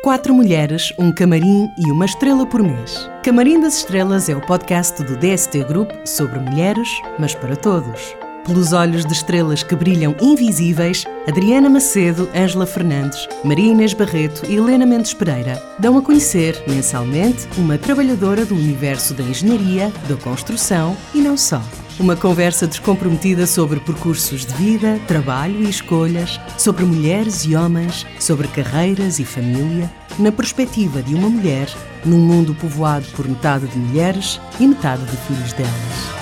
4 mulheres, um camarim e uma estrela por mês. Camarim das Estrelas é o podcast do DST Group sobre mulheres, mas para todos. Pelos olhos de estrelas que brilham invisíveis, Adriana Macedo, Ângela Fernandes, Maria Inês Barreto e Helena Mendes Pereira dão a conhecer, mensalmente, uma trabalhadora do universo da engenharia, da construção e não só. Uma conversa descomprometida sobre percursos de vida, trabalho e escolhas, sobre mulheres e homens, sobre carreiras e família, na perspectiva de uma mulher, num mundo povoado por metade de mulheres e metade de filhos delas.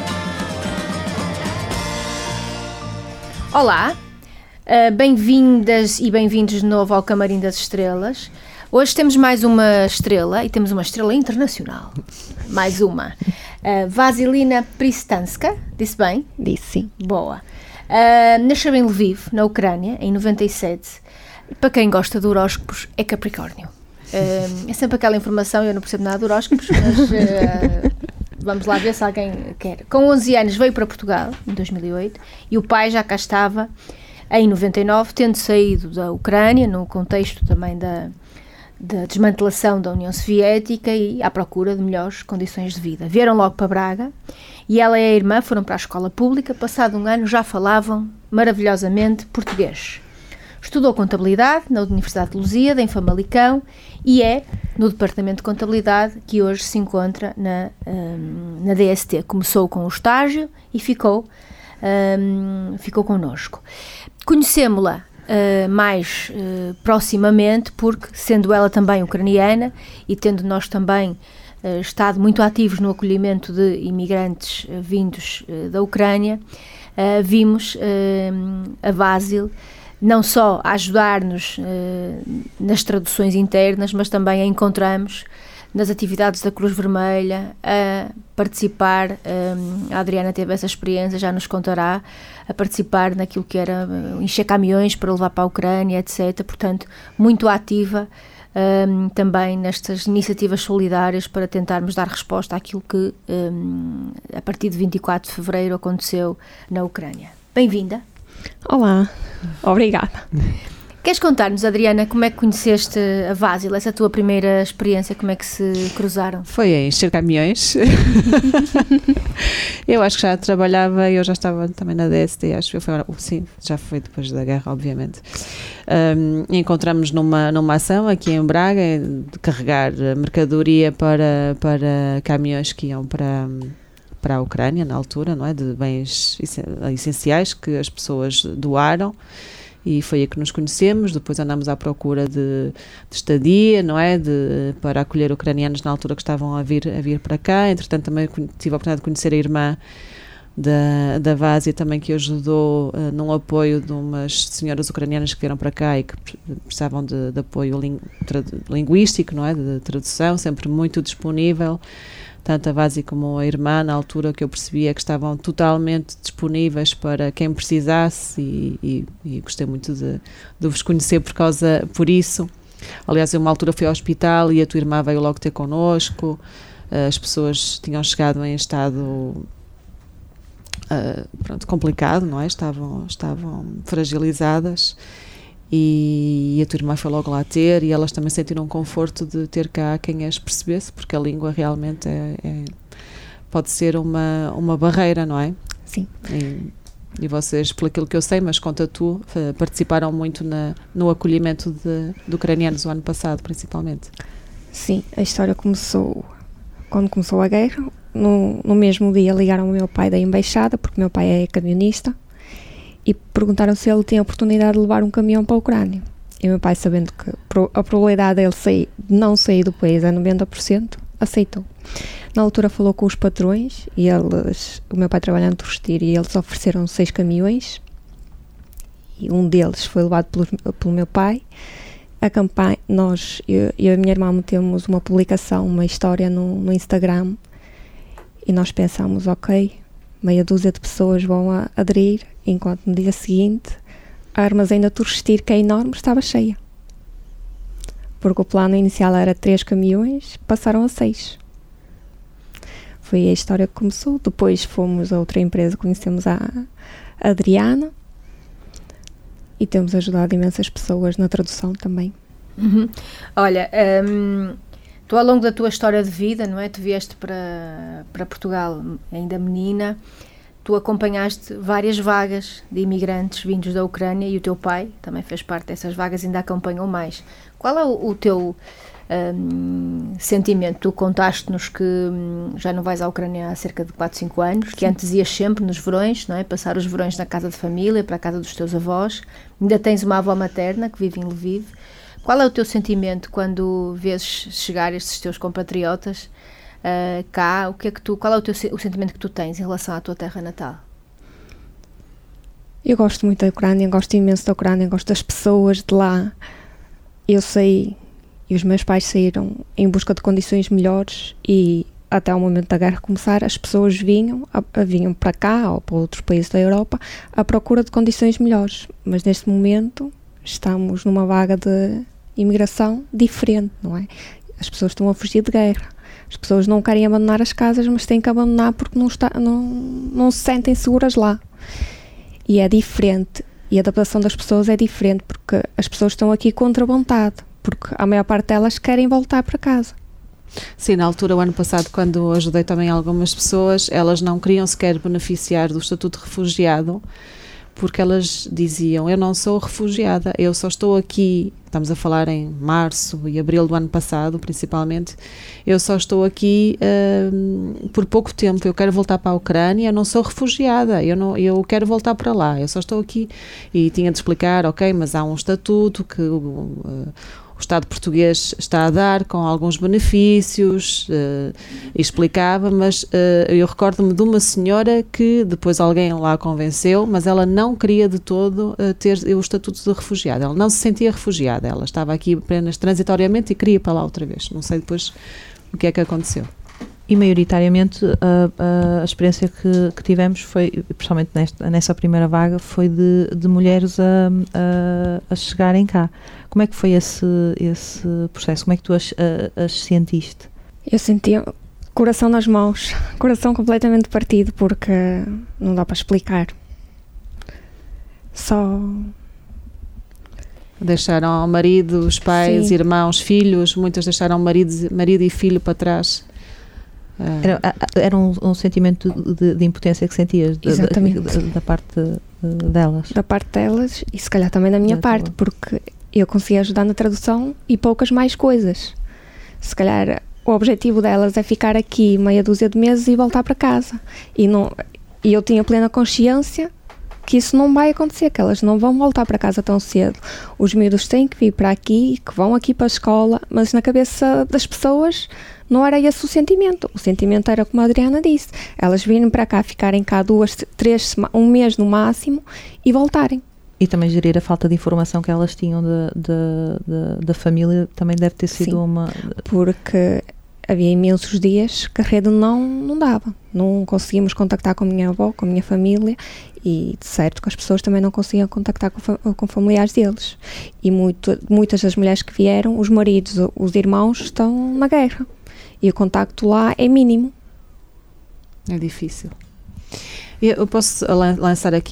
Olá, bem-vindas e bem-vindos de novo ao Camarim das Estrelas. Hoje temos mais uma estrela e temos uma estrela internacional. Mais uma. Vasilina Pristanska, disse bem? Disse, sim. Boa. Nasceu em Lviv, na Ucrânia, em 97. E para quem gosta de horóscopos, é Capricórnio. É sempre aquela informação, eu não percebo nada de horóscopos, mas vamos lá ver se alguém quer. Com 11 anos veio para Portugal, em 2008, e o pai já cá estava em 99, tendo saído da Ucrânia, no contexto também da desmantelação da União Soviética e à procura de melhores condições de vida. Vieram logo para Braga e ela e a irmã foram para a escola pública. Passado um ano já falavam maravilhosamente português. Estudou contabilidade na Universidade de Lusíada, em Famalicão, e é no departamento de contabilidade que hoje se encontra na DST. Começou com o estágio e ficou connosco. Conhecemos-la mais proximamente, porque sendo ela também ucraniana e tendo nós também estado muito ativos no acolhimento de imigrantes vindos da Ucrânia, vimos a Vasil não só a ajudar-nos nas traduções internas, mas também a encontramos nas atividades da Cruz Vermelha, a participar, a Adriana teve essa experiência, já nos contará, a participar naquilo que era encher caminhões para levar para a Ucrânia, etc. Portanto, muito ativa também nestas iniciativas solidárias para tentarmos dar resposta àquilo que a partir de 24 de fevereiro aconteceu na Ucrânia. Bem-vinda. Olá, obrigada. Queres contar-nos, Adriana, como é que conheceste a Vasil, essa tua primeira experiência, como é que se cruzaram? Foi a encher caminhões. Eu acho que já trabalhava, eu já estava também na DST, acho que sim, já foi depois da guerra, obviamente. Encontramos numa ação aqui em Braga, de carregar mercadoria para caminhões que iam para a Ucrânia, na altura, não é? De bens essenciais que as pessoas doaram. E foi aí que nos conhecemos. Depois andámos à procura de estadia, não é? Para acolher ucranianos na altura que estavam a vir para cá. Entretanto, também tive a oportunidade de conhecer a irmã da Vasil também, que ajudou num apoio de umas senhoras ucranianas que vieram para cá e que precisavam de apoio linguístico, não é? De tradução, sempre muito disponível. Tanto a Vasil como a irmã, na altura, que eu percebia que estavam totalmente disponíveis para quem precisasse e gostei muito de vos conhecer por isso. Aliás, eu uma altura fui ao hospital e a tua irmã veio logo ter connosco. As pessoas tinham chegado em estado complicado, não é? Estavam fragilizadas. E a tua irmã foi logo lá ter, e elas também sentiram um conforto de ter cá quem as percebesse, porque a língua realmente pode ser uma barreira, não é? Sim. E vocês, por aquilo que eu sei, mas conta tu, participaram muito no acolhimento de ucranianos o ano passado, principalmente. Sim, a história começou quando começou a guerra. No mesmo dia ligaram ao meu pai da embaixada, porque meu pai é camionista, e perguntaram se ele tinha a oportunidade de levar um caminhão para a Ucrânia. E o meu pai, sabendo que a probabilidade dele de não sair do país é 90%, aceitou. Na altura falou com os patrões, e o meu pai trabalha no Torrestir, e eles ofereceram 6 caminhões, e um deles foi levado pelo meu pai. A campanha, eu e a minha irmã metemos uma publicação, uma história no Instagram, e nós pensámos, ok, meia dúzia de pessoas vão aderir, enquanto no dia seguinte a armazém da Torrestir, que é enorme, estava cheia. Porque o plano inicial era 3 caminhões, passaram a 6. Foi a história que começou. Depois fomos a outra empresa, conhecemos a Adriana, e temos ajudado imensas pessoas na tradução também. Olha, tu ao longo da tua história de vida, não é? Tu vieste para Portugal ainda menina, tu acompanhaste várias vagas de imigrantes vindos da Ucrânia e o teu pai também fez parte dessas vagas, ainda acompanhou mais. Qual é o teu sentimento? Tu contaste-nos que já não vais à Ucrânia há cerca de 4, 5 anos, que antes ias sempre nos verões, não é? Passar os verões na casa de família, para a casa dos teus avós. Ainda tens uma avó materna que vive em Lviv. Qual é o teu sentimento quando vês chegar estes teus compatriotas cá? Qual é o sentimento que tu tens em relação à tua terra natal? Eu gosto muito da Ucrânia, gosto imenso da Ucrânia, gosto das pessoas de lá. Eu saí, e os meus pais saíram em busca de condições melhores, e até ao momento da guerra começar, as pessoas vinham para cá ou para outros países da Europa à procura de condições melhores. Mas neste momento estamos numa vaga de imigração diferente, não é? As pessoas estão a fugir de guerra. As pessoas não querem abandonar as casas, mas têm que abandonar porque não se sentem seguras lá. E é diferente. E a adaptação das pessoas é diferente, porque as pessoas estão aqui contra a vontade, porque a maior parte delas querem voltar para casa. Sim, na altura, o ano passado, quando ajudei também algumas pessoas, elas não queriam sequer beneficiar do estatuto de refugiado, porque elas diziam: eu não sou refugiada, eu só estou aqui, estamos a falar em março e abril do ano passado, principalmente, eu só estou aqui por pouco tempo, eu quero voltar para a Ucrânia, eu não sou refugiada, eu quero voltar para lá, eu só estou aqui. E tinha de explicar: ok, mas há um estatuto que o Estado português está a dar com alguns benefícios, explicava, mas eu recordo-me de uma senhora que depois alguém lá a convenceu, mas ela não queria de todo ter o estatuto de refugiada, ela não se sentia refugiada, ela estava aqui apenas transitoriamente e queria ir para lá outra vez. Não sei depois o que é que aconteceu. E maioritariamente a experiência que tivemos foi, principalmente nessa primeira vaga, foi de mulheres a chegarem cá. Como é que foi esse processo? Como é que tu as sentiste? Eu sentia coração nas mãos, coração completamente partido, porque não dá para explicar. Só... Deixaram o marido, os pais, Sim. irmãos, filhos, muitas deixaram marido e filho para trás. Era um sentimento de impotência que sentias da parte delas? Da parte delas e se calhar também da minha parte, porque eu conseguia ajudar na tradução e poucas mais coisas. Se calhar o objetivo delas é ficar aqui meia dúzia de meses e voltar para casa. E eu tinha plena consciência que isso não vai acontecer, que elas não vão voltar para casa tão cedo. Os miúdos têm que vir para aqui, que vão aqui para a escola, mas na cabeça das pessoas não era esse o sentimento. O sentimento era como a Adriana disse, elas virem para cá, ficarem cá 2, 3, um mês no máximo e voltarem. E também gerir a falta de informação que elas tinham da família também deve ter sido. Sim, uma... porque havia imensos dias que a rede não dava. Não conseguimos contactar com a minha avó, com a minha família, e de certo que as pessoas também não conseguiam contactar com familiares deles. E muitas das mulheres que vieram, os maridos, os irmãos estão na guerra. E o contacto lá é mínimo. É difícil. Eu posso lançar aqui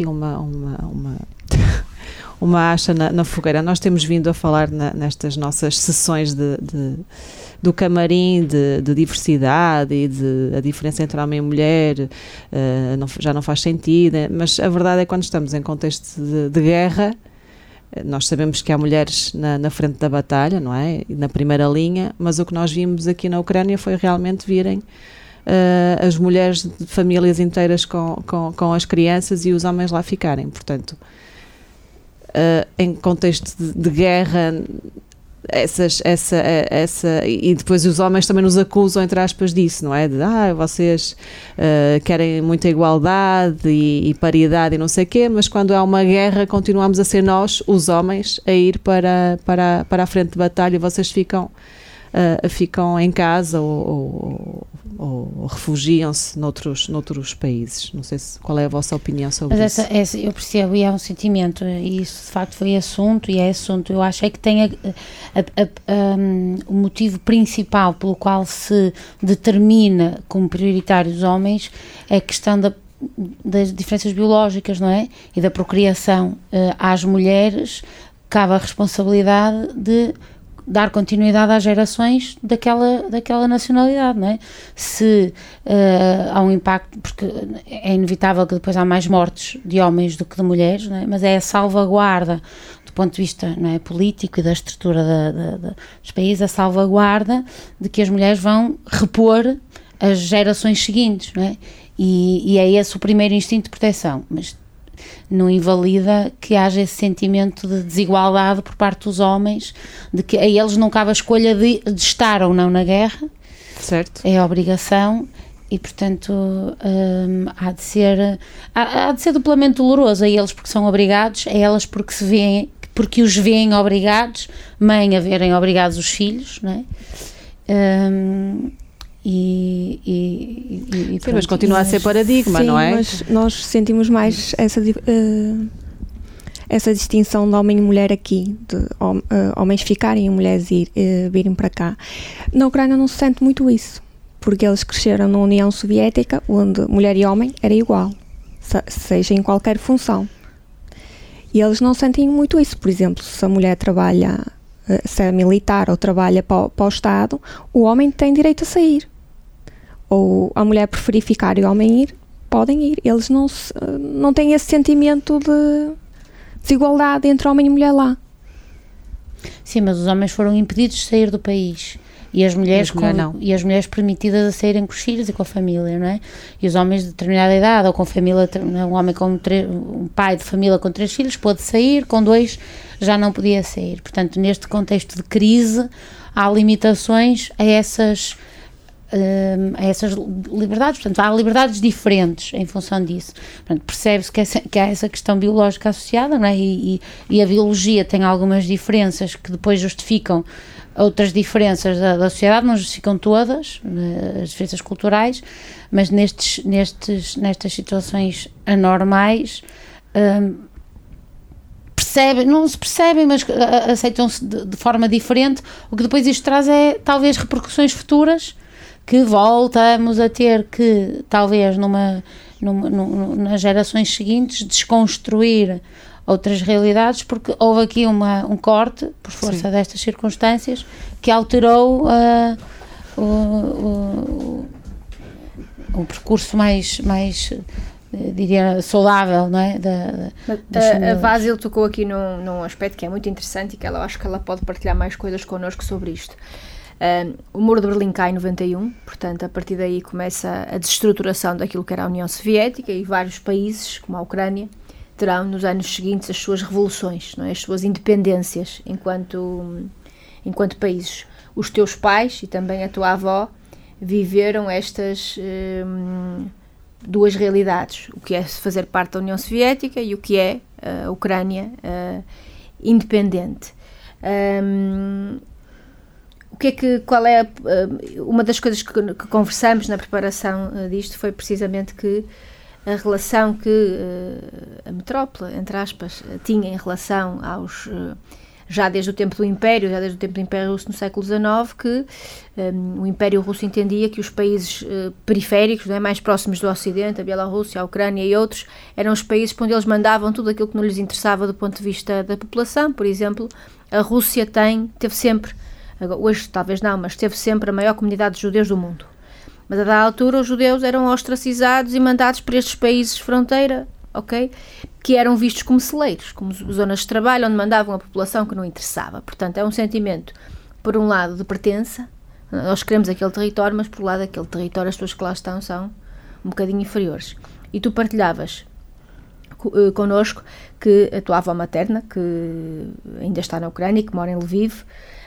uma acha na fogueira. Nós temos vindo a falar nestas nossas sessões do camarim de diversidade e a diferença entre homem e mulher já não faz sentido, mas a verdade é que quando estamos em contexto de guerra, nós sabemos que há mulheres na frente da batalha, não é? Na primeira linha, mas o que nós vimos aqui na Ucrânia foi realmente virem as mulheres de famílias inteiras com as crianças e os homens lá ficarem. Portanto, em contexto de guerra, e depois os homens também nos acusam, entre aspas, disso, não é? De vocês querem muita igualdade e paridade e não sei o quê, mas quando há uma guerra continuamos a ser nós, os homens, a ir para a frente de batalha, e vocês ficam em casa ou refugiam-se noutros países. Não sei qual é a vossa opinião sobre isso. Mas eu percebo, e é um sentimento, e isso de facto foi assunto, e é assunto. Eu acho que tem o motivo principal pelo qual se determina como prioritário os homens é a questão das diferenças biológicas, não é? E da procriação. Às mulheres cabe a responsabilidade de dar continuidade às gerações daquela nacionalidade, não é? Se há um impacto, porque é inevitável que depois há mais mortes de homens do que de mulheres, não é? Mas é a salvaguarda, do ponto de vista, não é, político e da estrutura dos países, a salvaguarda de que as mulheres vão repor as gerações seguintes, não é? E é esse o primeiro instinto de proteção, mas não invalida que haja esse sentimento de desigualdade por parte dos homens, de que a eles não cabe a escolha de estar ou não na guerra, certo? É a obrigação e, portanto, há de ser duplamente doloroso a eles porque são obrigados, a elas porque os veem obrigados, mãe a verem obrigados os filhos, não é? Sim, mas continua a ser paradigma, sim, não é? Mas nós sentimos mais essa distinção de homem e mulher aqui, de homens ficarem e mulheres virem para cá. Na Ucrânia não se sente muito isso, porque eles cresceram na União Soviética, onde mulher e homem era igual, seja em qualquer função. E eles não sentem muito isso. Por exemplo, se a mulher trabalha, se é militar ou trabalha para o Estado, o homem tem direito a sair. Ou a mulher preferir ficar e o homem ir, podem ir. Eles não têm esse sentimento de desigualdade entre homem e mulher lá. Sim, mas os homens foram impedidos de sair do país. E as mulheres permitidas a saírem com os filhos e com a família, não é? E os homens de determinada idade, ou com família, um homem um pai de família com 3 filhos, pôde sair, com 2 já não podia sair. Portanto, neste contexto de crise, há limitações a essas liberdades, portanto há liberdades diferentes em função disso. Portanto, percebe-se que há essa questão biológica associada, não é? E a biologia tem algumas diferenças que depois justificam outras diferenças da sociedade, não justificam todas, as diferenças culturais, mas nestas situações anormais não se percebem, mas aceitam-se de forma diferente, o que depois isto traz é talvez repercussões futuras que voltamos a ter que, talvez nas gerações seguintes, desconstruir outras realidades, porque houve aqui um corte, por força destas circunstâncias, que alterou o percurso mais diria, saudável, não é? A Vasil tocou aqui num aspecto que é muito interessante e que eu acho que ela pode partilhar mais coisas connosco sobre isto. O Muro de Berlim cai em 91, portanto a partir daí começa a desestruturação daquilo que era a União Soviética, e vários países, como a Ucrânia, terão nos anos seguintes as suas revoluções, não é? As suas independências enquanto países. Os teus pais e também a tua avó viveram estas duas realidades, o que é fazer parte da União Soviética e o que é a Ucrânia independente. Qual é uma das coisas que conversamos na preparação disto foi precisamente que a relação que a metrópole, entre aspas, tinha em relação aos, já desde o tempo do Império Russo no século XIX, que o Império Russo entendia que os países periféricos, não é, mais próximos do Ocidente, a Bielorrússia, a Ucrânia e outros, eram os países onde eles mandavam tudo aquilo que não lhes interessava do ponto de vista da população. Por exemplo, a Rússia teve sempre, hoje talvez não, mas teve sempre a maior comunidade de judeus do mundo. Mas a dada altura os judeus eram ostracizados e mandados para estes países de fronteira, ok? Que eram vistos como celeiros, como zonas de trabalho onde mandavam a população que não interessava. Portanto, é um sentimento, por um lado, de pertença. Nós queremos aquele território, mas por um lado, aquele território, as pessoas que lá estão são um bocadinho inferiores. E tu partilhavas connosco que a tua avó materna, que ainda está na Ucrânia, que mora em Lviv,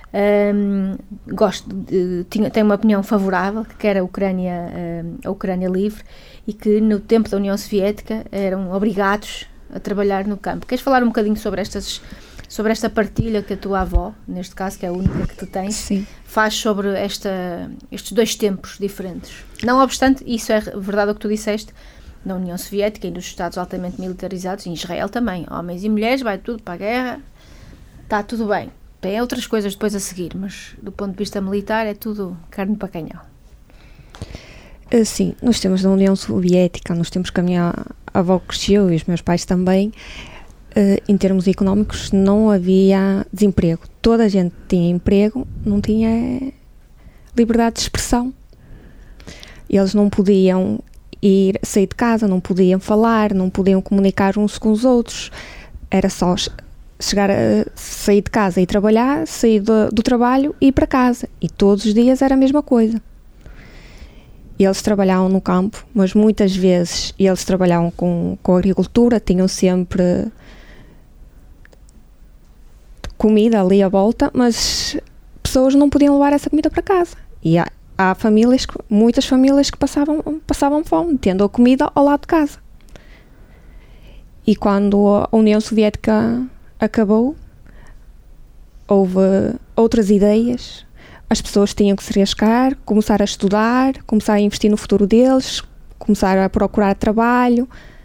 tem uma opinião favorável, que quer a Ucrânia livre, e que no tempo da União Soviética eram obrigados a trabalhar no campo. Queres falar um bocadinho sobre esta partilha que a tua avó, neste caso, que é a única que tu tens, Sim. faz sobre estes dois tempos diferentes? Não obstante, isso é verdade o que tu disseste, na União Soviética e nos Estados altamente militarizados, em Israel também, homens e mulheres, vai tudo para a guerra, está tudo bem. Tem outras coisas depois a seguir, mas do ponto de vista militar é tudo carne para canhão. Sim, nos tempos da União Soviética, nos tempos que a minha avó cresceu e os meus pais também, Em termos económicos, não havia desemprego. Toda a gente tinha emprego, não tinha liberdade de expressão. Eles não podiam sair de casa, não podiam falar, não podiam comunicar uns com os outros. Era só sair de casa e trabalhar, sair do trabalho e ir para casa. E todos os dias era a mesma coisa. Eles trabalhavam no campo, mas muitas vezes eles trabalhavam com agricultura, tinham sempre comida ali à volta, mas pessoas não podiam levar essa comida para casa. E há famílias, muitas famílias que passavam fome, tendo a comida ao lado de casa. E quando a União Soviética acabou, houve outras ideias. As pessoas tinham que se arriscar, começar a estudar, começar a investir no futuro deles, começar a procurar trabalho.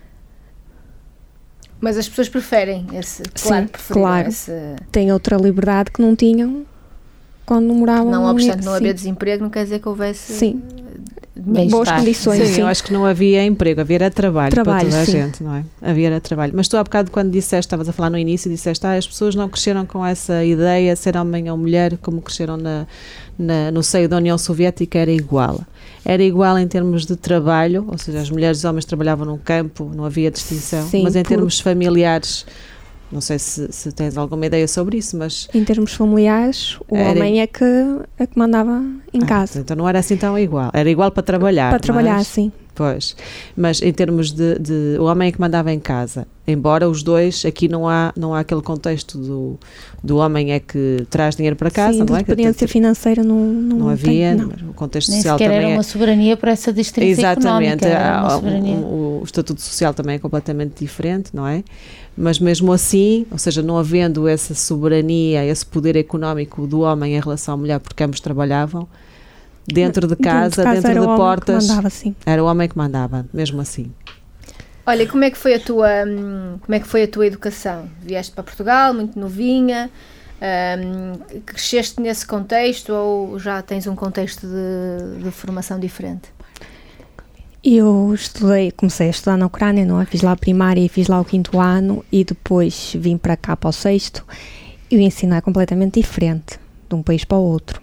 Mas as pessoas preferem esse, claro, têm outra liberdade que não tinham quando moravam. Não obstante não haver desemprego, não quer dizer que houvesse boas condições. Sim, eu acho que não havia emprego, havia trabalho para toda a gente, não é? Havia trabalho. Mas tu há bocado, quando disseste, estavas a falar no início, disseste, as pessoas não cresceram com essa ideia, ser homem ou mulher, como cresceram no seio da União Soviética, era igual. Era igual em termos de trabalho, ou seja, as mulheres e os homens trabalhavam num campo, não havia distinção, mas em termos familiares, não sei se tens alguma ideia sobre isso, mas... Em termos familiares, o homem é que mandava em casa. Então não era assim tão igual, era igual para trabalhar. Para trabalhar, sim. Pois, mas em termos de o homem é que mandava em casa, embora os dois, aqui não há aquele contexto do homem é que traz dinheiro para casa, sim, não é? Sim, independência financeira não havia, não. O contexto nem social sequer também era uma soberania para essa distribuição exatamente, económica. O estatuto social também é completamente diferente, não é? Mas mesmo assim, ou seja, não havendo essa soberania, esse poder económico do homem em relação à mulher, porque ambos trabalhavam, dentro de casa dentro de portas, era o homem que mandava, mesmo assim. Olha, como é que foi a tua educação? Vieste para Portugal, muito novinha, cresceste nesse contexto ou já tens um contexto de formação diferente? Eu comecei a estudar na Ucrânia, não é? Fiz lá a primária e fiz lá o 5º ano e depois vim para cá para o 6º e o ensino é completamente diferente de um país para o outro.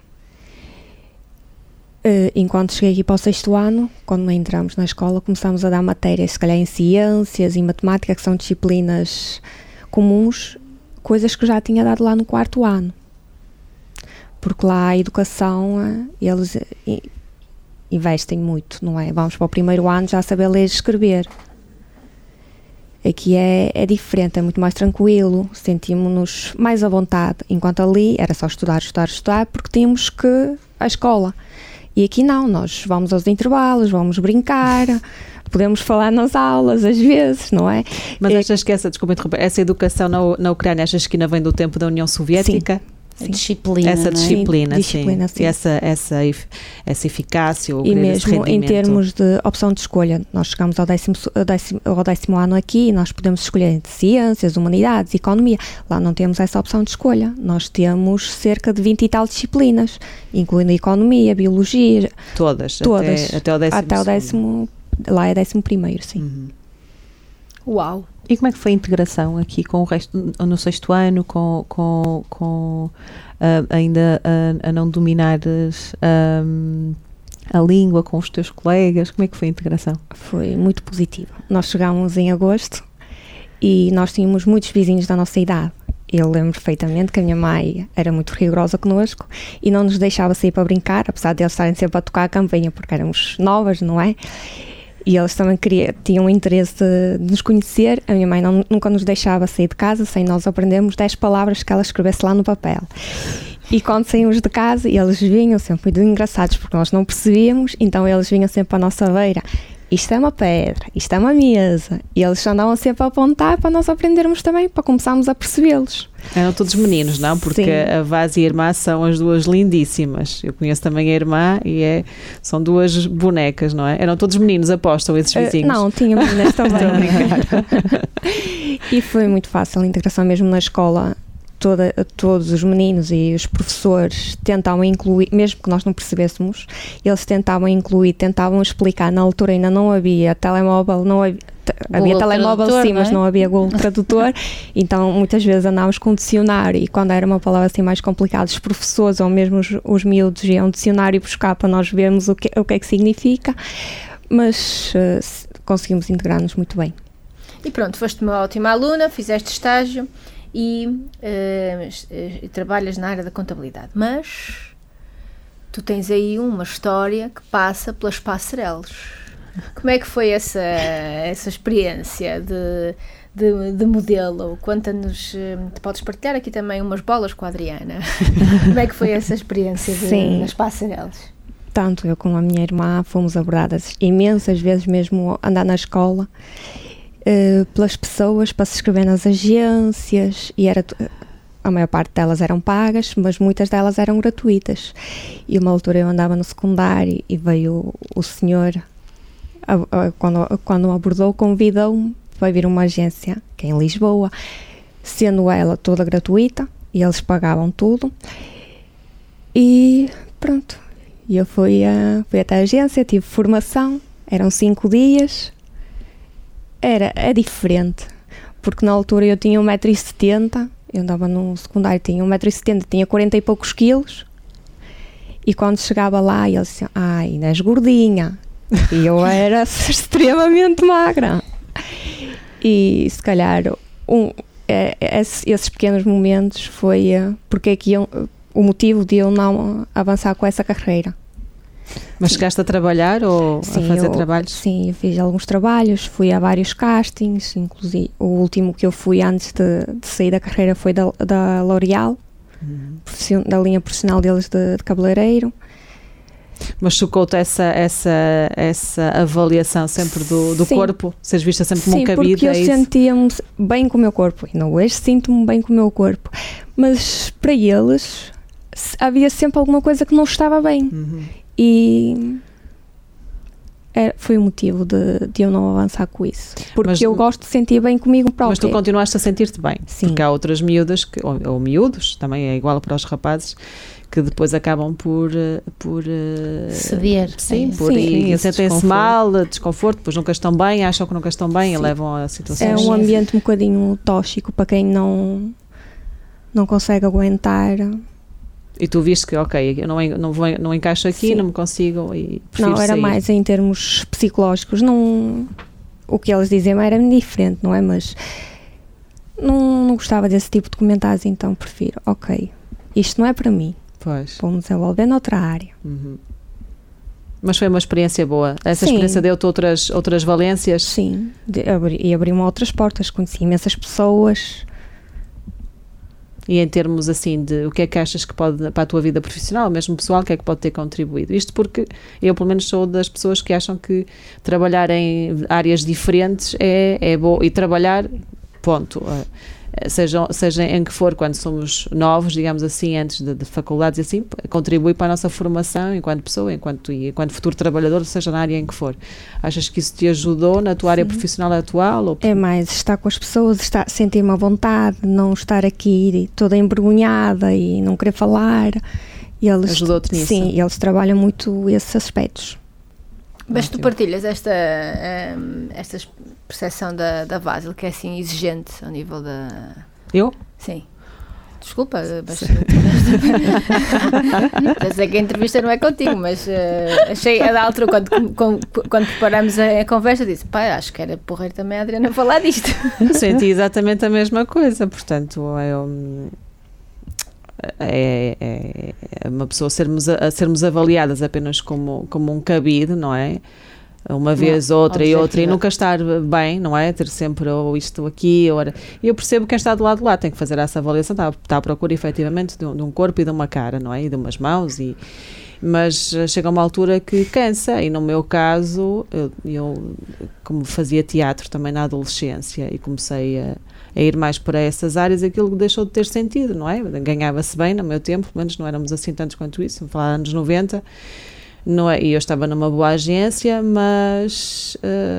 Enquanto cheguei aqui para o 6º ano, quando entramos na escola, começámos a dar matérias, se calhar em ciências e matemática, que são disciplinas comuns, coisas que eu já tinha dado lá no 4º ano. Porque lá a educação, eles investem muito, não é? Vamos para o 1º ano já saber ler e escrever. Aqui é diferente, é muito mais tranquilo, sentimos-nos mais à vontade, enquanto ali era só estudar, porque tínhamos que ir à escola. E aqui não, nós vamos aos intervalos, vamos brincar, podemos falar nas aulas às vezes, não é? Mas achas que desculpa interromper, essa educação na Ucrânia, achas que ainda vem do tempo da União Soviética? Sim. Disciplina, essa disciplina, sim. E essa eficácia ou e mesmo rendimento. Em termos de opção de escolha, nós chegamos ao 10º ano aqui e nós podemos escolher entre ciências, humanidades, economia. Lá não temos essa opção de escolha, nós temos cerca de 20 e tal disciplinas, incluindo economia, biologia, todas. Até o 10º. Lá é 11º, sim. Uhum. Uau! E como é que foi a integração aqui com o resto, no 6º ano, com ainda a não dominares a língua com os teus colegas? Como é que foi a integração? Foi muito positiva. Nós chegámos em agosto e nós tínhamos muitos vizinhos da nossa idade. Eu lembro perfeitamente que a minha mãe era muito rigorosa connosco e não nos deixava sair para brincar, apesar de eles estarem sempre a tocar a campainha, porque éramos novas, não é? E eles também tinham interesse de nos conhecer. A minha mãe nunca nos deixava sair de casa sem nós aprendermos 10 palavras que ela escrevesse lá no papel. E quando saímos de casa, eles vinham sempre muito engraçados, porque nós não percebíamos, então eles vinham sempre à nossa beira. Isto é uma pedra, isto é uma mesa. E eles andavam sempre a apontar para nós aprendermos também, para começarmos a percebê-los. Eram todos meninos, não? Porque sim. A Vaz e a irmã são as duas lindíssimas. Eu conheço também a irmã e são duas bonecas, não é? Eram todos meninos, apostam, esses vizinhos? Não, tinha meninas também. E foi muito fácil a integração mesmo na escola. Todos os meninos e os professores tentavam incluir, mesmo que nós não percebêssemos, eles tentavam incluir, tentavam explicar. Na altura ainda não havia telemóvel, não havia, havia telemóvel Tradutor, sim, não é? mas não havia Google Tradutor, então muitas vezes andávamos com um dicionário e quando era uma palavra assim mais complicada, os professores ou mesmo os miúdos iam um dicionário buscar para nós vermos o que é que significa, mas conseguimos integrar-nos muito bem. E pronto, foste uma ótima aluna, fizeste estágio e trabalhas na área da contabilidade, mas tu tens aí uma história que passa pelas passarelas. Como é que foi essa experiência de modelo? Conta-nos, podes partilhar aqui também umas bolas com a Adriana. Como é que foi essa experiência nas passarelas? Tanto eu como a minha irmã fomos abordadas imensas vezes, mesmo andar na escola, pelas pessoas para se inscrever nas agências, e a maior parte delas eram pagas, mas muitas delas eram gratuitas. E uma altura eu andava no secundário e veio o senhor, quando me abordou, convidou-me para vir uma agência, que é em Lisboa, sendo ela toda gratuita, e eles pagavam tudo. E pronto, eu fui até a agência, tive formação, eram 5 dias, é diferente, porque na altura eu tinha 1,70 m, eu andava no secundário, tinha 1,70 m, tinha 40 e poucos quilos, e quando chegava lá, eles diziam, ainda és gordinha, e eu era extremamente magra, e se calhar esses pequenos momentos foi porque é que o motivo de eu não avançar com essa carreira. Mas chegaste a trabalhar ou sim, a fazer trabalhos? Sim, eu fiz alguns trabalhos, fui a vários castings, inclusive o último que eu fui antes de sair da carreira foi da L'Oréal, da linha profissional deles de cabeleireiro. Mas chocou-te essa avaliação sempre do corpo? Seres vista sempre como um cabide? Sim, porque eu sentia-me bem com o meu corpo, ainda hoje sinto-me bem com o meu corpo, mas para eles havia sempre alguma coisa que não estava bem. E foi o motivo de eu não avançar com isso, porque eu gosto de sentir bem comigo própria. Mas tu continuaste a sentir-te bem? Sim. Porque há outras miúdas, ou miúdos, também é igual para os rapazes, que depois acabam por ceder. Sim, sentem-se mal, desconforto, depois nunca estão bem, acham que nunca estão bem, sim, e levam a situações. É um ambiente um bocadinho tóxico para quem não consegue aguentar. E tu viste que, ok, eu não encaixo aqui, sim, não me consigo e prefiro Não, era sair. mais em termos psicológicos, o que eles diziam era diferente, não é? Mas não gostava desse tipo de comentários, então prefiro, ok, isto não é para mim, pois, vou-me desenvolver noutra área. Mas foi uma experiência boa? Essa sim, experiência deu-te outras valências? Sim, e abriu-me outras portas, conheci imensas pessoas. E em termos assim de o que é que achas que pode, para a tua vida profissional, mesmo pessoal, o que é que pode ter contribuído? Isto porque eu pelo menos sou das pessoas que acham que trabalhar em áreas diferentes é bom, e trabalhar, ponto, seja em que for, quando somos novos, digamos assim, antes de faculdades e assim, contribui para a nossa formação enquanto pessoa, enquanto futuro trabalhador, seja na área em que for. Achas que isso te ajudou na tua área profissional atual? Ou... É mais estar com as pessoas, sentir-me à vontade, não estar aqui toda envergonhada e não querer falar. Ajudou-te nisso? Sim, eles trabalham muito esses aspectos. Mas tu partilhas esta percepção da Vasil, que é assim exigente ao nível da... Eu? Sim. Desculpa, mas eu sei que a entrevista não é contigo, mas achei a da altura, quando preparamos a conversa, disse, acho que era porreiro também a Adriana falar disto. Senti exatamente a mesma coisa, portanto, é uma pessoa sermos avaliadas apenas como um cabide, não é? Uma vez, outra e outra, e nunca estar bem, não é? Ter sempre isto aqui, e eu percebo que quem está do lado de lá tem que fazer essa avaliação, está à procura efetivamente de um corpo e de uma cara, não é? E de umas mãos, mas chega uma altura que cansa, e no meu caso, eu como fazia teatro também na adolescência e comecei a ir mais para essas áreas, aquilo deixou de ter sentido, não é? Ganhava-se bem no meu tempo, pelo menos não éramos assim tantos quanto isso, vou falar anos 90, não é? E eu estava numa boa agência, mas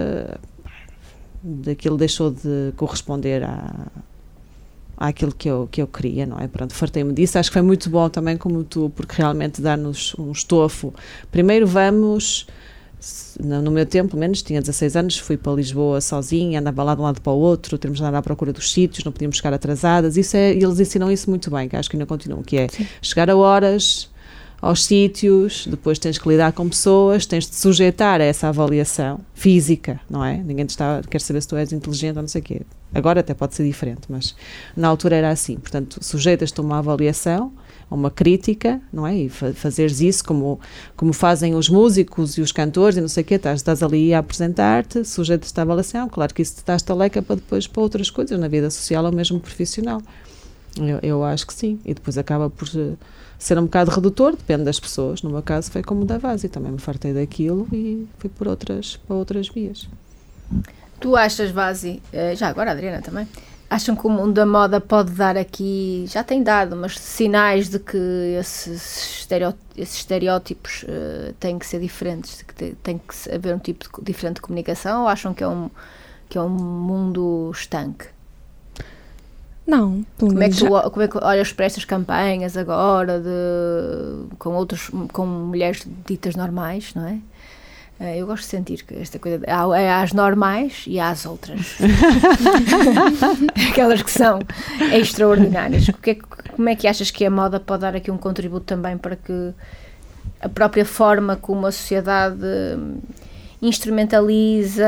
daquilo deixou de corresponder àquilo que eu queria, não é? Pronto, fartei-me disso, acho que foi muito bom também como tu, porque realmente dá-nos um estofo. Primeiro vamos No meu tempo, pelo menos, tinha 16 anos, fui para Lisboa sozinha, andava lá de um lado para o outro, temos de andar à procura dos sítios, não podíamos chegar atrasadas. Eles ensinam isso muito bem, que acho que ainda continuam, que é chegar a horas aos sítios, depois tens que lidar com pessoas, tens de te sujeitar a essa avaliação física, não é? Ninguém quer saber se tu és inteligente ou não sei o quê. Agora até pode ser diferente, mas na altura era assim. Portanto, sujeitas-te a uma avaliação, a uma crítica, não é? E fazeres isso como fazem os músicos e os cantores e não sei o quê, estás ali a apresentar-te, sujeitas-te à avaliação. Claro que isso te dá estaleca para depois para outras coisas, na vida social ou mesmo profissional. Eu acho que sim. E depois acaba por ser um bocado redutor, depende das pessoas. No meu caso foi como o da Vasi, também me fartei daquilo e fui para outras vias. Tu achas, Vasi, já agora a Adriana também, acham que o mundo da moda pode dar aqui, já tem dado, mas sinais de que esses estereótipos têm que ser diferentes, de que tem que haver um tipo diferente de comunicação, ou acham que é um mundo estanque? Não, como é que olhas para estas campanhas agora com mulheres ditas normais, não é? Eu gosto de sentir que esta coisa há as normais e há as outras. Aquelas que são extraordinárias. Como é que achas que a moda pode dar aqui um contributo também para que a própria forma como a sociedade instrumentaliza,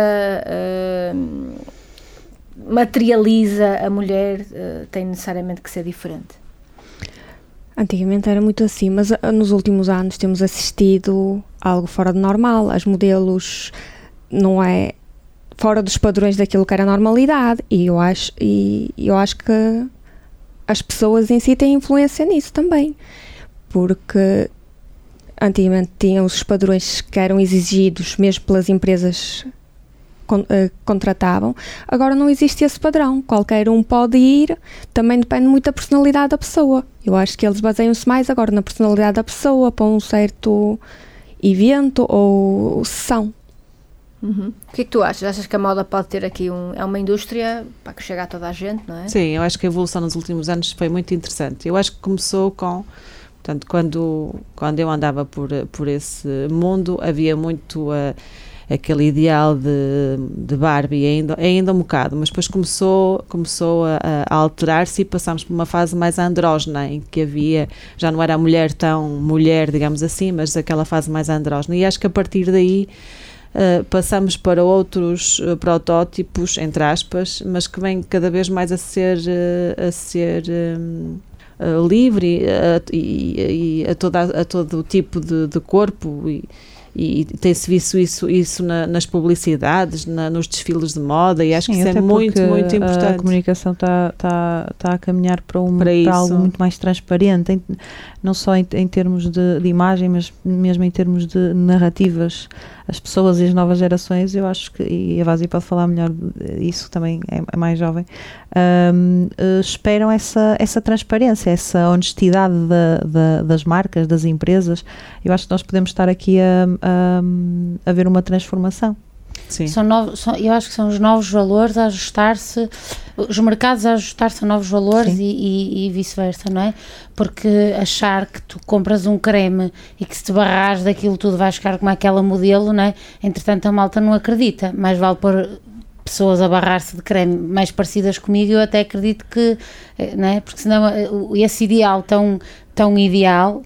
materializa a mulher tem necessariamente que ser diferente? Antigamente era muito assim, mas nos últimos anos temos assistido a algo fora de normal. As modelos não é fora dos padrões daquilo que era normalidade, e eu acho que as pessoas em si têm influência nisso também, porque antigamente tinham os padrões que eram exigidos mesmo pelas empresas contratavam. Agora não existe esse padrão, qualquer um pode ir, também depende muito da personalidade da pessoa. Eu acho que eles baseiam-se mais agora na personalidade da pessoa para um certo evento ou sessão. O que é que tu achas? Achas que a moda pode ter aqui é uma indústria para que chegue a toda a gente, não é? Sim, eu acho que a evolução nos últimos anos foi muito interessante. Eu acho que começou portanto, quando eu andava por esse mundo, havia muito aquele ideal de Barbie, ainda um bocado, mas depois começou a alterar-se e passámos por uma fase mais andrógena, em que já não era a mulher tão mulher, digamos assim, mas aquela fase mais andrógena, e acho que a partir daí passamos para outros protótipos, entre aspas, mas que vêm cada vez mais a ser livre e a todo o tipo de corpo, e tem-se visto isso nas publicidades, nos desfiles de moda, e acho que isso é muito, muito importante. A comunicação está a caminhar para algo muito mais transparente, não só em termos de imagem, mas mesmo em termos de narrativas. As pessoas e as novas gerações, eu acho que, e a Vasi pode falar melhor, isso também é mais jovem, esperam essa transparência, essa honestidade das marcas, das empresas. Eu acho que nós podemos estar aqui a ver uma transformação. Sim. Eu acho que são os novos valores a ajustar-se, os mercados a ajustar-se a novos valores e vice-versa, não é? Porque achar que tu compras um creme e que se te barrares daquilo tudo vais ficar como aquela modelo, não é? Entretanto a malta não acredita, mais vale pôr pessoas a barrar-se de creme mais parecidas comigo, eu até acredito que, não é? Porque senão esse ideal tão ideal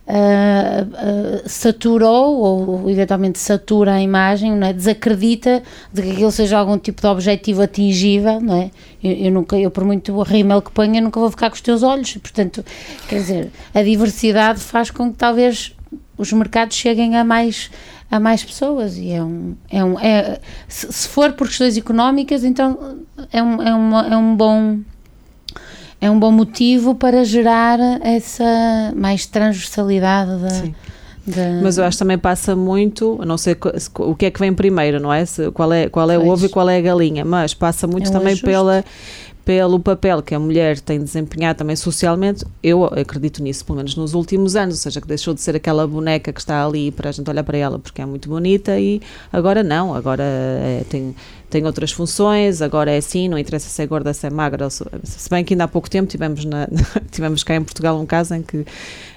saturou ou eventualmente satura a imagem, não é? Desacredita de que aquilo seja algum tipo de objetivo atingível, não é? Eu por muito rímel que ponha, nunca vou ficar com os teus olhos, portanto, quer dizer, a diversidade faz com que talvez os mercados cheguem a mais pessoas, e se for por questões económicas, então é um bom motivo para gerar essa mais transversalidade Mas eu acho que também passa muito, não sei o que é que vem primeiro, não é? Qual é o ovo e qual é a galinha, mas passa muito também pelo papel que a mulher tem desempenhado também socialmente. Eu acredito nisso, pelo menos nos últimos anos, ou seja, que deixou de ser aquela boneca que está ali para a gente olhar para ela porque é muito bonita, e agora não, agora tem outras funções, agora é assim, não interessa se é gorda, se é magra, se bem que ainda há pouco tempo tivemos cá em Portugal um caso em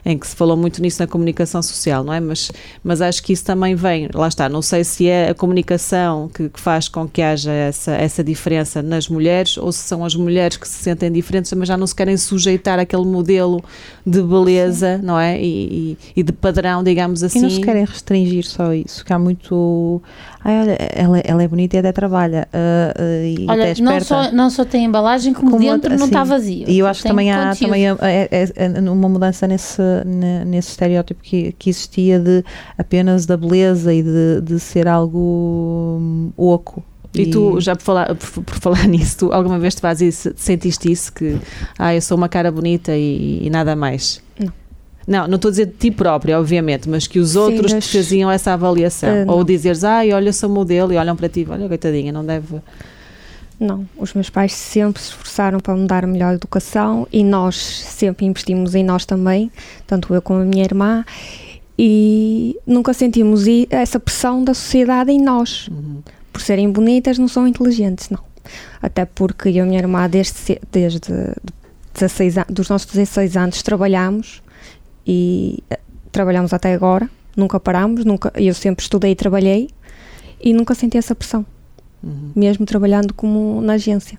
em que se falou muito nisso na comunicação social, não é? Mas acho que isso também vem, lá está, não sei se é a comunicação que faz com que haja essa diferença nas mulheres, ou se são as mulheres que se sentem diferentes, mas já não se querem sujeitar àquele modelo de beleza, não é? E de padrão, digamos assim. E não se querem restringir só isso, que há muito... olha, ela é bonita e até trabalha. E olha, até esperta. Não só tem embalagem, como dentro não está vazio. E eu acho que também há uma mudança nesse estereótipo que existia de apenas da beleza e de ser algo oco. E tu, já por falar nisso, tu alguma vez sentiste isso, que eu sou uma cara bonita e nada mais? Não estou a dizer de ti própria, obviamente, mas que os outros te faziam essa avaliação. Ou dizeres, olha, sou modelo, e olham para ti, olha, coitadinha, não deve... Não, os meus pais sempre se esforçaram para me dar a melhor educação e nós sempre investimos em nós também, tanto eu como a minha irmã, e nunca sentimos essa pressão da sociedade em nós. Por serem bonitas, não são inteligentes, não. Até porque eu e a minha irmã, desde 16 anos, dos nossos 16 anos, trabalhamos e trabalhamos até agora, nunca paramos, eu sempre estudei e trabalhei e nunca senti essa pressão, mesmo trabalhando como na agência.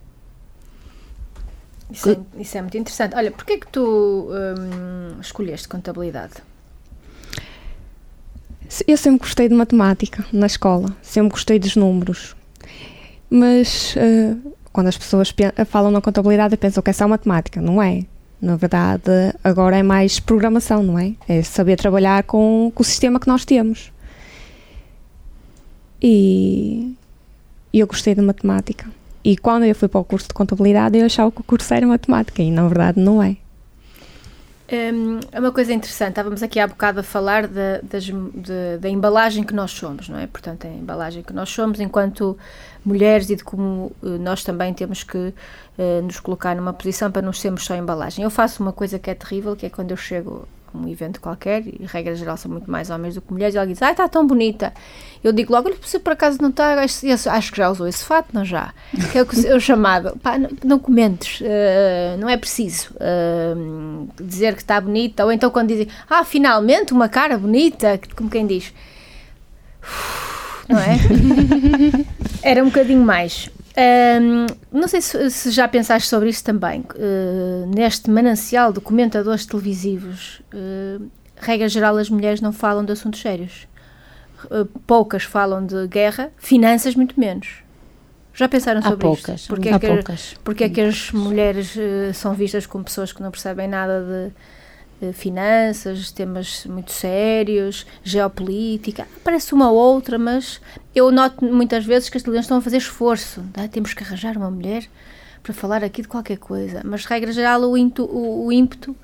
Isso é muito interessante. Olha, porquê que tu escolheste contabilidade? Eu sempre gostei de matemática na escola, sempre gostei dos números, mas quando as pessoas falam na contabilidade pensam que é só matemática, não é? Na verdade, agora é mais programação, não é? É saber trabalhar com o sistema que nós temos. E eu gostei de matemática. E quando eu fui para o curso de contabilidade, eu achava que o curso era matemática, e na verdade não é. É uma coisa interessante, estávamos aqui há bocado a falar da embalagem que nós somos, não é? Portanto, a embalagem que nós somos enquanto mulheres e de como nós também temos que nos colocar numa posição para não sermos só embalagem. Eu faço uma coisa que é terrível, que é quando eu chego a um evento qualquer, e regra geral são muito mais homens do que mulheres, e ela diz, está tão bonita. Eu digo logo, olha, se por acaso não está, acho que já usou esse fato, não já? Que é o chamado, não comentes, não é preciso dizer que está bonita, ou então quando dizem, finalmente uma cara bonita, como quem diz, não é? Era um bocadinho mais. Não sei se já pensaste sobre isso também. Neste manancial de comentadores televisivos, regra geral, as mulheres não falam de assuntos sérios. Poucas falam de guerra, finanças muito menos. Já pensaram sobre isto? Porque é que as mulheres são vistas como pessoas que não percebem nada de finanças, temas muito sérios, geopolítica, parece uma ou outra, mas eu noto muitas vezes que as televisões estão a fazer esforço, temos que arranjar uma mulher para falar aqui de qualquer coisa, mas regra geral o ímpeto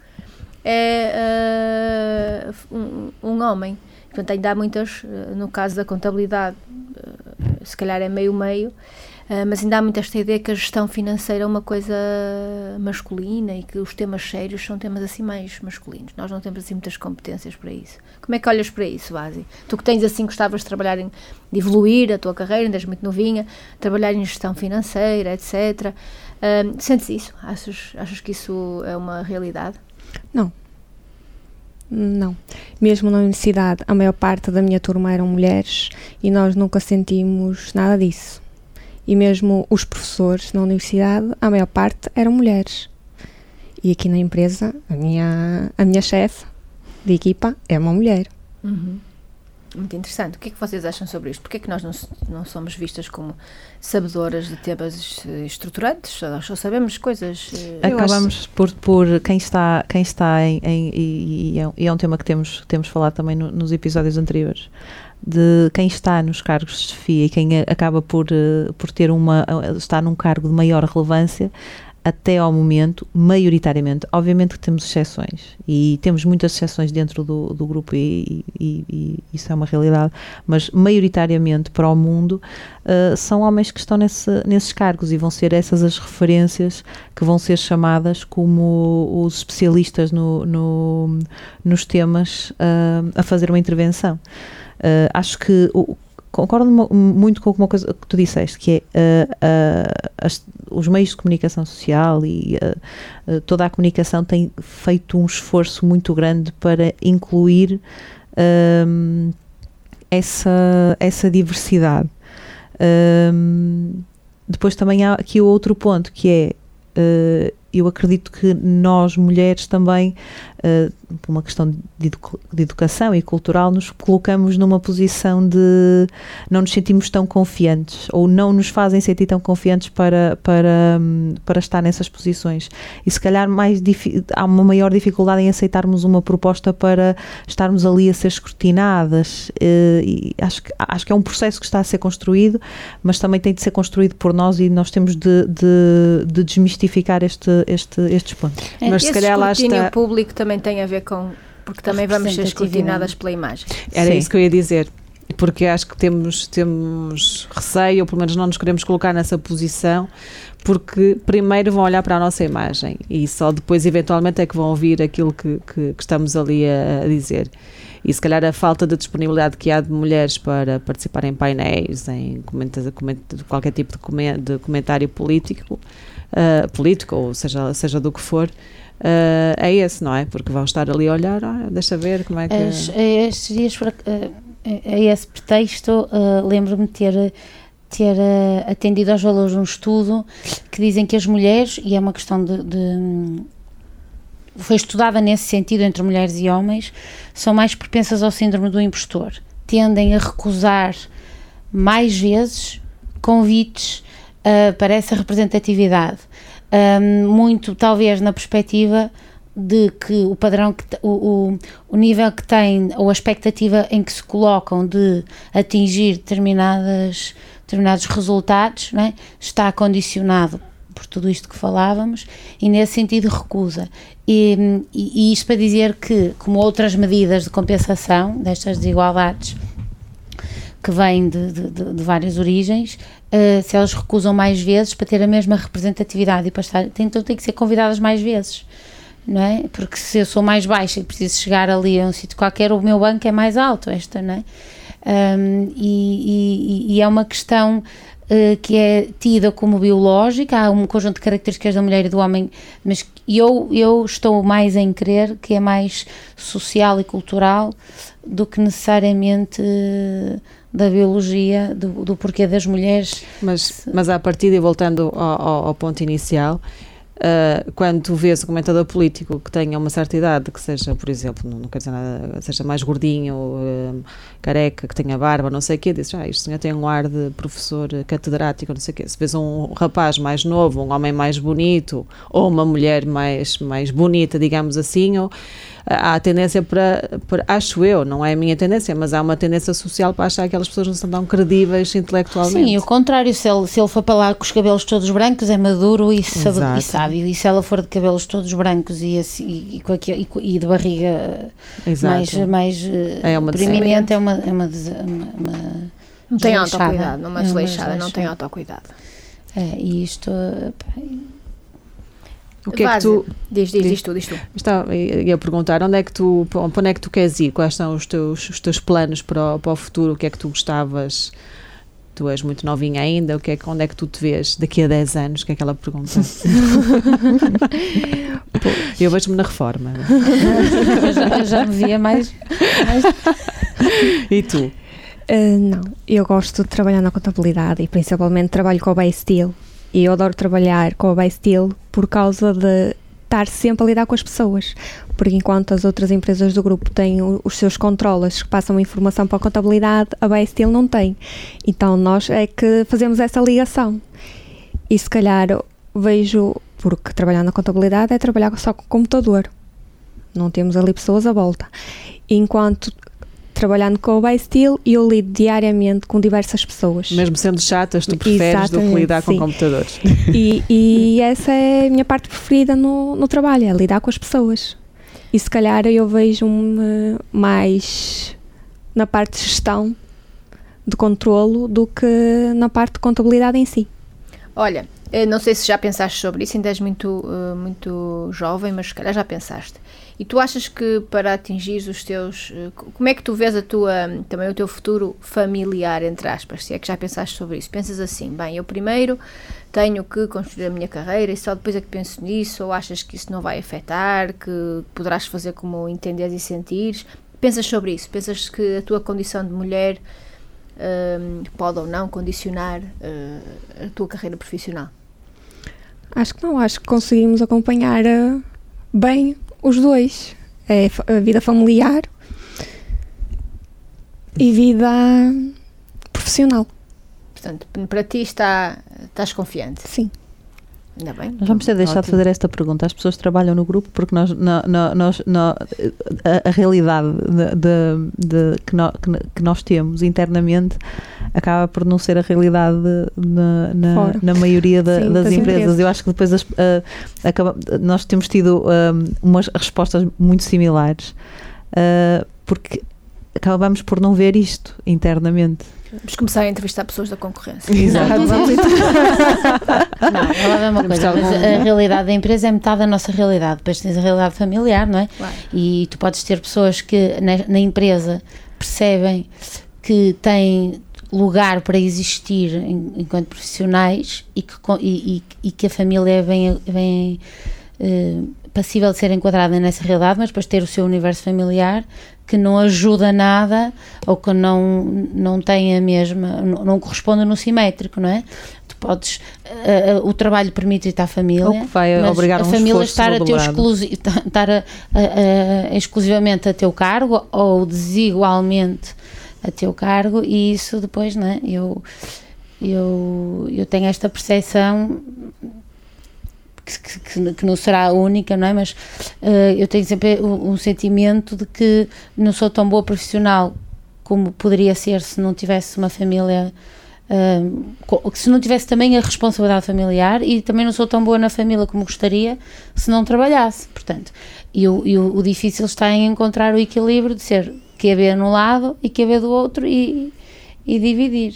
é um homem. Portanto, ainda há muitas, no caso da contabilidade, se calhar é meio-meio, mas ainda há muito esta ideia que a gestão financeira é uma coisa masculina e que os temas sérios são temas assim mais masculinos. Nós não temos assim muitas competências para isso. Como é que olhas para isso, Vasi? Tu que tens assim, gostavas de trabalhar de evoluir a tua carreira, ainda és muito novinha, trabalhar em gestão financeira, etc. Sentes isso? Achas que isso é uma realidade? Não. Mesmo na universidade, a maior parte da minha turma eram mulheres e nós nunca sentimos nada disso. E mesmo os professores na universidade, a maior parte eram mulheres. E aqui na empresa, a minha chefe de equipa é uma mulher. Muito interessante. O que é que vocês acham sobre isto? Porquê é que nós não somos vistas como sabedoras de temas estruturantes? Nós só sabemos coisas... Acabamos por quem está e é um tema que temos falado também nos episódios anteriores, de quem está nos cargos de chefia e quem acaba por estar num cargo de maior relevância, até ao momento, maioritariamente, obviamente que temos exceções, e temos muitas exceções dentro do grupo e isso é uma realidade, mas maioritariamente para o mundo são homens que estão nesses cargos, e vão ser essas as referências que vão ser chamadas como os especialistas nos temas a fazer uma intervenção. Acho que concordo muito com uma coisa que tu disseste, que é os meios de comunicação social e toda a comunicação tem feito um esforço muito grande para incluir essa diversidade. Depois também há aqui o outro ponto, que é, eu acredito que nós mulheres também, por uma questão de educação e cultural, nos colocamos numa posição de não nos sentimos tão confiantes, ou não nos fazem sentir tão confiantes para estar nessas posições, e se calhar há uma maior dificuldade em aceitarmos uma proposta para estarmos ali a ser escrutinadas, e acho que é um processo que está a ser construído, mas também tem de ser construído por nós, e nós temos de desmistificar estes pontos. Mas se calhar lá está... O público também tem a ver com... Porque também vamos ser escrutinadas pela imagem. Era isso que eu ia dizer. Porque acho que temos receio, ou pelo menos não nos queremos colocar nessa posição, porque primeiro vão olhar para a nossa imagem e só depois eventualmente é que vão ouvir aquilo que estamos ali a dizer. E se calhar a falta de disponibilidade que há de mulheres para participar em painéis, em qualquer tipo de comentário político, ou seja do que for, é esse, não é? Porque vão estar ali a olhar, deixa ver como é que... Estes dias, a esse pretexto, lembro-me de ter atendido aos valores de um estudo que dizem que as mulheres, e é uma questão foi estudada nesse sentido entre mulheres e homens, são mais propensas ao síndrome do impostor, tendem a recusar mais vezes convites para essa representatividade, muito talvez na perspectiva de que o padrão, o nível que têm, ou a expectativa em que se colocam de atingir determinados resultados, não é? Está condicionado por tudo isto que falávamos, e nesse sentido recusa. E isto para dizer que, como outras medidas de compensação destas desigualdades que vêm de várias origens, se elas recusam mais vezes para ter a mesma representatividade e para estar, então tem que ser convidadas mais vezes, não é? Porque se eu sou mais baixa e preciso chegar ali a um sítio qualquer, o meu banco é mais alto, não é? E é uma questão que é tida como biológica, há um conjunto de características da mulher e do homem, mas eu estou mais em crer que é mais social e cultural do que necessariamente da biologia, do porquê das mulheres. Mas à partida, e voltando ao ponto inicial, quando tu vês o comentador político que tenha uma certa idade, que seja, por exemplo, não quer dizer nada, seja mais gordinho, careca, que tenha barba, não sei o quê, dizes, este senhor tem um ar de professor catedrático, não sei o quê. Se vês um rapaz mais novo, um homem mais bonito, ou uma mulher mais bonita, digamos assim, há a tendência para, acho eu, não é a minha tendência, mas há uma tendência social para achar que aquelas pessoas não são tão credíveis intelectualmente. Sim, o contrário, se ele for para lá com os cabelos todos brancos, é maduro e sábio, e se ela for de cabelos todos brancos e de barriga mais preeminente, é uma não tem autocuidado, uma desleixada, não tem autocuidado. E isto... O que é que tu... Diz tu. Ia perguntar, para onde é que tu queres ir? Quais são os teus planos para o futuro? O que é que tu gostavas? Tu és muito novinha ainda, onde é que tu te vês daqui a 10 anos? Que é aquela pergunta? Eu vejo-me na reforma. Eu já me via mais... E tu? Não, eu gosto de trabalhar na contabilidade e principalmente trabalho com o Bastille. E eu adoro trabalhar com a Bastille por causa de estar sempre a lidar com as pessoas, porque enquanto as outras empresas do grupo têm os seus controlas que passam informação para a contabilidade, a Bastille não tem. Então nós é que fazemos essa ligação. E se calhar vejo, porque trabalhar na contabilidade é trabalhar só com o computador. Não temos ali pessoas à volta. Enquanto trabalhando com o Bastille, eu lido diariamente com diversas pessoas. Mesmo sendo chatas, tu preferes do que lidar com computadores. E essa é a minha parte preferida no trabalho, é lidar com as pessoas. E se calhar eu vejo-me mais na parte de gestão, de controlo, do que na parte de contabilidade em si. Olha, não sei se já pensaste sobre isso, ainda és muito jovem, mas se calhar já pensaste. E tu achas que para atingir os teus... Como é que tu vês também o teu futuro familiar, entre aspas, se é que já pensaste sobre isso? Pensas assim, bem, eu primeiro tenho que construir a minha carreira e só depois é que penso nisso, ou achas que isso não vai afetar, que poderás fazer como entenderes e sentires? Pensas sobre isso? Pensas que a tua condição de mulher pode ou não condicionar a tua carreira profissional? Acho que não, acho que conseguimos acompanhar bem os dois. É a vida familiar e vida profissional. Portanto, para ti estás confiante? Sim. Ainda bem. Nós vamos ter deixado de fazer esta pergunta. As pessoas que trabalham no grupo, porque a realidade que nós temos internamente acaba por não ser a realidade na maioria das empresas. Eu acho que depois nós temos tido umas respostas muito similares, porque acabamos por não ver isto internamente. Vamos começar a entrevistar pessoas da concorrência. Exato. Não, ela é uma coisa, mas a realidade da empresa é metade da nossa realidade, depois tens a realidade familiar, não é? Claro. E tu podes ter pessoas que na empresa percebem que têm lugar para existir enquanto profissionais e que a família é bem passível de ser enquadrada nessa realidade, mas depois ter o seu universo familiar que não ajuda nada ou que não tem a mesma, não corresponde no simétrico, não é? Tu podes, o trabalho permite-te à família, ou que vai mas obrigar a família estar exclusivamente a teu cargo ou desigualmente a teu cargo, e isso depois, não é? Eu tenho esta percepção que não será a única, não é? Mas eu tenho sempre um sentimento de que não sou tão boa profissional como poderia ser se não tivesse uma família, se não tivesse também a responsabilidade familiar, e também não sou tão boa na família como gostaria se não trabalhasse, portanto, e o difícil está em encontrar o equilíbrio de ser QB no lado e QB do outro e dividir.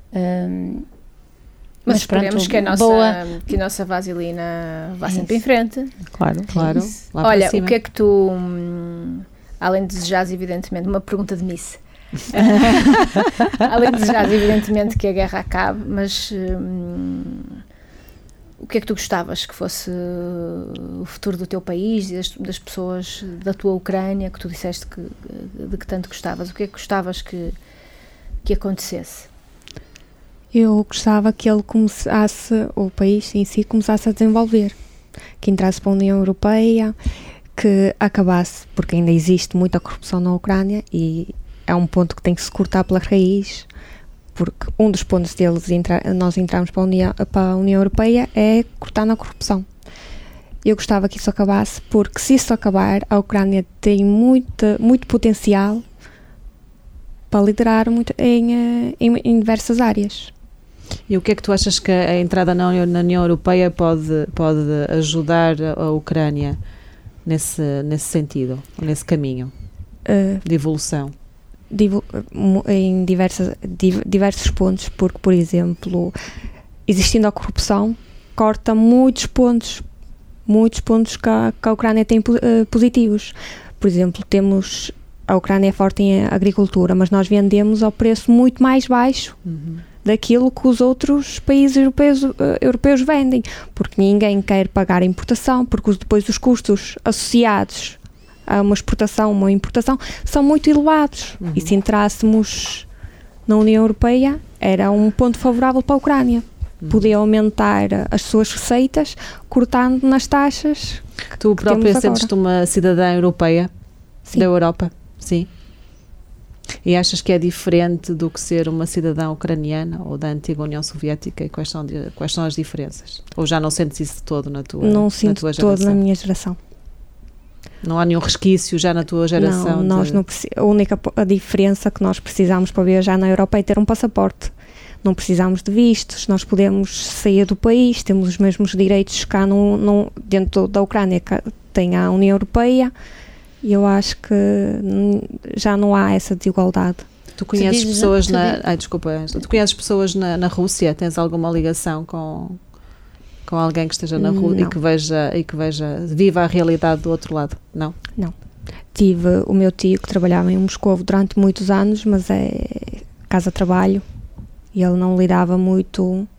Mas esperemos que a nossa vaselina vá sempre em frente. Claro. Olha, o que é que tu, além de desejares, evidentemente, uma pergunta de Miss, além de desejares, evidentemente, que a guerra acabe, mas o que é que tu gostavas que fosse o futuro do teu país e das pessoas da tua Ucrânia, que tu disseste de que tanto gostavas? O que é que gostavas que acontecesse? Eu gostava que ele começasse, o país em si começasse a desenvolver, que entrasse para a União Europeia, que acabasse, porque ainda existe muita corrupção na Ucrânia e é um ponto que tem que se cortar pela raiz, porque um dos pontos deles, nós entrarmos para a União Europeia, é cortar na corrupção. Eu gostava que isso acabasse, porque se isso acabar, a Ucrânia tem muito potencial para liderar em diversas áreas. E o que é que tu achas que a entrada na União Europeia pode ajudar a Ucrânia nesse sentido, nesse caminho de evolução? Em diversos pontos, porque, por exemplo, existindo a corrupção, corta muitos pontos que a Ucrânia tem positivos. Por exemplo, a Ucrânia é forte em agricultura, mas nós vendemos ao preço muito mais baixo daquilo que os outros países europeus vendem, porque ninguém quer pagar a importação, porque depois os custos associados a uma exportação, uma importação, são muito elevados. E se entrássemos na União Europeia, era um ponto favorável para a Ucrânia. Podia aumentar as suas receitas, cortando nas taxas. Tu própria sentes-te uma cidadã europeia? Sim. Da Europa? Sim. E achas que é diferente do que ser uma cidadã ucraniana ou da antiga União Soviética? E quais são as diferenças? Ou já não sentes isso de todo na tua geração? Não sinto de todo na minha geração. Não há nenhum resquício já na tua geração? Não, a única diferença que nós precisamos para viajar na Europa é ter um passaporte. Não precisamos de vistos, nós podemos sair do país, temos os mesmos direitos cá dentro da Ucrânia que tem a União Europeia, e eu acho que já não há essa desigualdade. Tu conheces pessoas tu conheces pessoas na Rússia? Tens alguma ligação com alguém que esteja na Rússia e que viva a realidade do outro lado? Não? Não. Tive o meu tio que trabalhava em Moscovo durante muitos anos, mas é casa-trabalho, e ele não lidava muito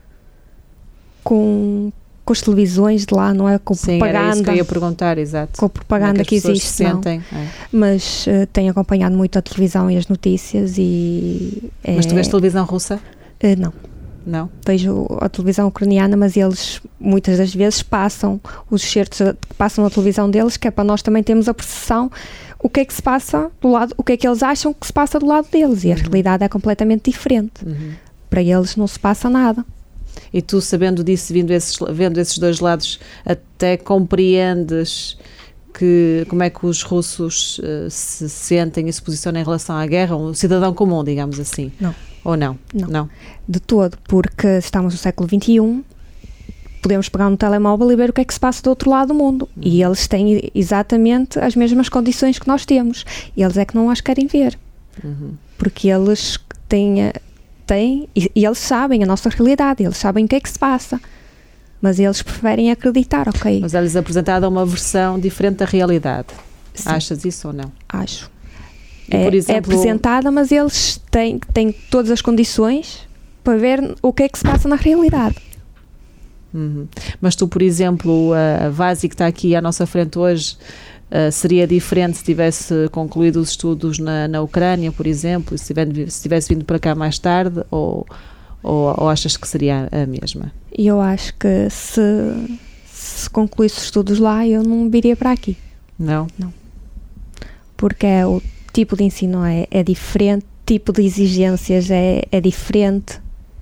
com as televisões de lá, não é? Com propaganda. Era isso que eu ia perguntar, exato. Com a propaganda que existe, sentem, Mas tenho acompanhado muito a televisão e as notícias e... Mas tu vês televisão russa? Não. Não? Vejo a televisão ucraniana, mas eles muitas das vezes passam os excertos que passam na televisão deles, que é para nós também termos a percepção o que é que se passa do lado, o que é que eles acham que se passa do lado deles, e a realidade é completamente diferente. Para eles não se passa nada. E tu, sabendo disso, vendo esses dois lados, até compreendes como é que os russos se sentem e se posicionam em relação à guerra? Um cidadão comum, digamos assim. Não. Ou não? Não. De todo, porque estamos no século XXI, podemos pegar no telemóvel e ver o que é que se passa do outro lado do mundo. E eles têm exatamente as mesmas condições que nós temos. E eles é que não as querem ver. Porque eles têm e eles sabem a nossa realidade, eles sabem o que é que se passa. Mas eles preferem acreditar, ok? Mas é-lhes apresentada uma versão diferente da realidade. Sim. Achas isso ou não? Acho. Por exemplo, é apresentada, mas eles têm todas as condições para ver o que é que se passa na realidade. Mas tu, por exemplo, a Vasi que está aqui à nossa frente hoje, seria diferente se tivesse concluído os estudos na Ucrânia, por exemplo, se tivesse vindo para cá mais tarde, ou achas que seria a mesma? Eu acho que se concluísse os estudos lá, eu não viria para aqui. Não? Não. Porque o tipo de ensino é diferente, tipo de exigências é diferente.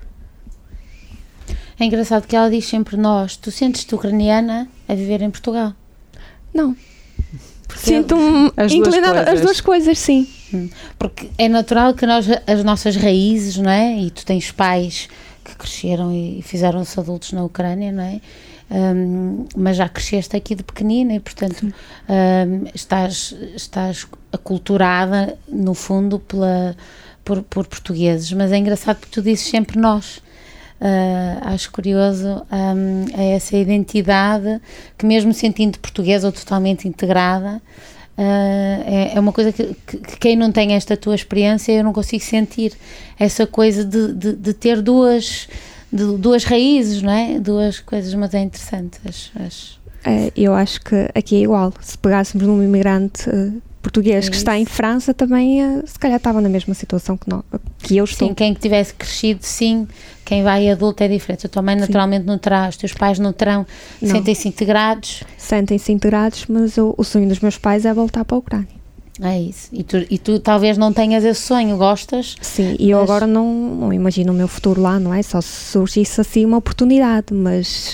É engraçado que ela diz sempre nós. Tu sentes-te ucraniana a viver em Portugal? Não. Sinto-me inclinada às duas coisas, sim. Porque é natural que as nossas raízes, não é? E tu tens pais que cresceram e fizeram-se adultos na Ucrânia, não é? Mas já cresceste aqui de pequenina e, portanto, estás aculturada, no fundo, por portugueses. Mas é engraçado porque tu dizes sempre nós. Acho curioso essa identidade que, mesmo sentindo portuguesa ou totalmente integrada, é uma coisa que quem não tem esta tua experiência, eu não consigo sentir essa coisa de ter duas raízes, não é? Duas coisas, mas é interessante. Eu acho que aqui é igual. Se pegássemos num imigrante português que está em França, também se calhar estava na mesma situação que eu estou. Sim, quem tivesse crescido, sim. Quem vai adulto é diferente. A tua mãe naturalmente não terá, os teus pais não terão. Sentem-se integrados? Sentem-se integrados, mas o sonho dos meus pais é voltar para a Ucrânia. É isso. E tu talvez não tenhas esse sonho, gostas? Sim, e eu agora não imagino o meu futuro lá, não é? Só se surgisse assim uma oportunidade, mas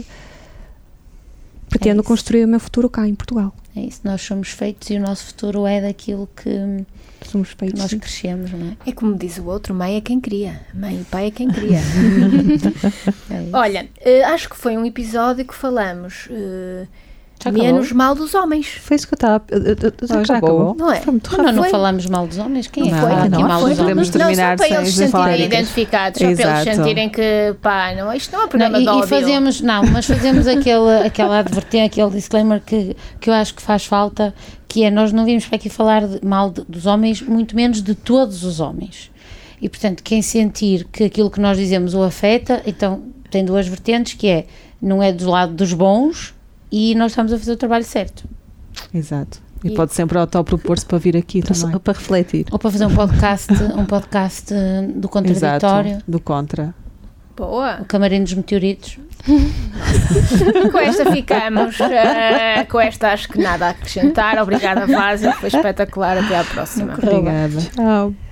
pretendo construir o meu futuro cá em Portugal. É isso, nós somos feitos e o nosso futuro é daquilo que somos feitos, nós crescemos, não é? É como diz o outro, mãe é quem cria, mãe e pai é quem cria. Olha, acho que foi um episódio que falamos menos mal dos homens. Foi isso que eu estava. Já acabou. Não é? Foi muito rápido. Não falamos mal dos homens. Quem é que foi? fala aqui mal dos homens? Podemos terminar só para eles se falar sentirem identificados, só para eles sentirem que, pá, não, isto não é um programa de ódio. Mas fazemos aquela advertência, aquele disclaimer que eu acho que faz falta, que é, nós não vimos para aqui falar mal dos homens, muito menos de todos os homens. E, portanto, quem sentir que aquilo que nós dizemos o afeta, então tem duas vertentes, que é, não é do lado dos bons, e nós estamos a fazer o trabalho certo. Exato. E pode sempre autopropor-se para vir aqui também. Para refletir. Ou para fazer um podcast do contraditório. Exato, do contra. Boa. O camarim dos meteoritos. Com esta ficamos. Com esta acho que nada a acrescentar. Obrigada, Vasi. Foi espetacular. Até à próxima. Obrigada. Tchau.